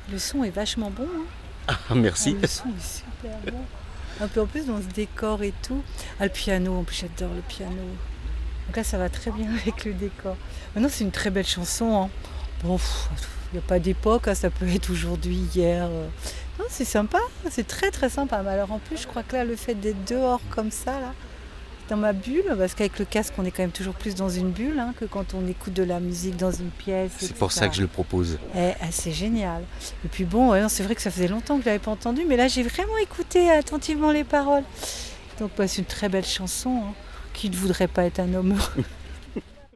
Le son est vachement bon, hein. Ah, merci. Le son est super bon. Un peu en plus dans ce décor et tout. Ah, le piano, en plus j'adore le piano. Donc là, ça va très bien avec le décor. Maintenant, c'est une très belle chanson, hein. Bon, il n'y a pas d'époque, hein, ça peut être aujourd'hui, hier. Non, c'est sympa, c'est très très sympa. Mais alors en plus, je crois que là, le fait d'être dehors comme ça, là, dans ma bulle, parce qu'avec le casque, on est quand même toujours plus dans une bulle, hein, que quand on écoute de la musique dans une pièce, C'est pour ça etc. que je le propose. C'est génial. Et puis bon, ouais, non, c'est vrai que ça faisait longtemps que je l'avais pas entendu, mais là, j'ai vraiment écouté attentivement les paroles. Donc, c'est une très belle chanson, hein. Qui ne voudrait pas être un homme heureux?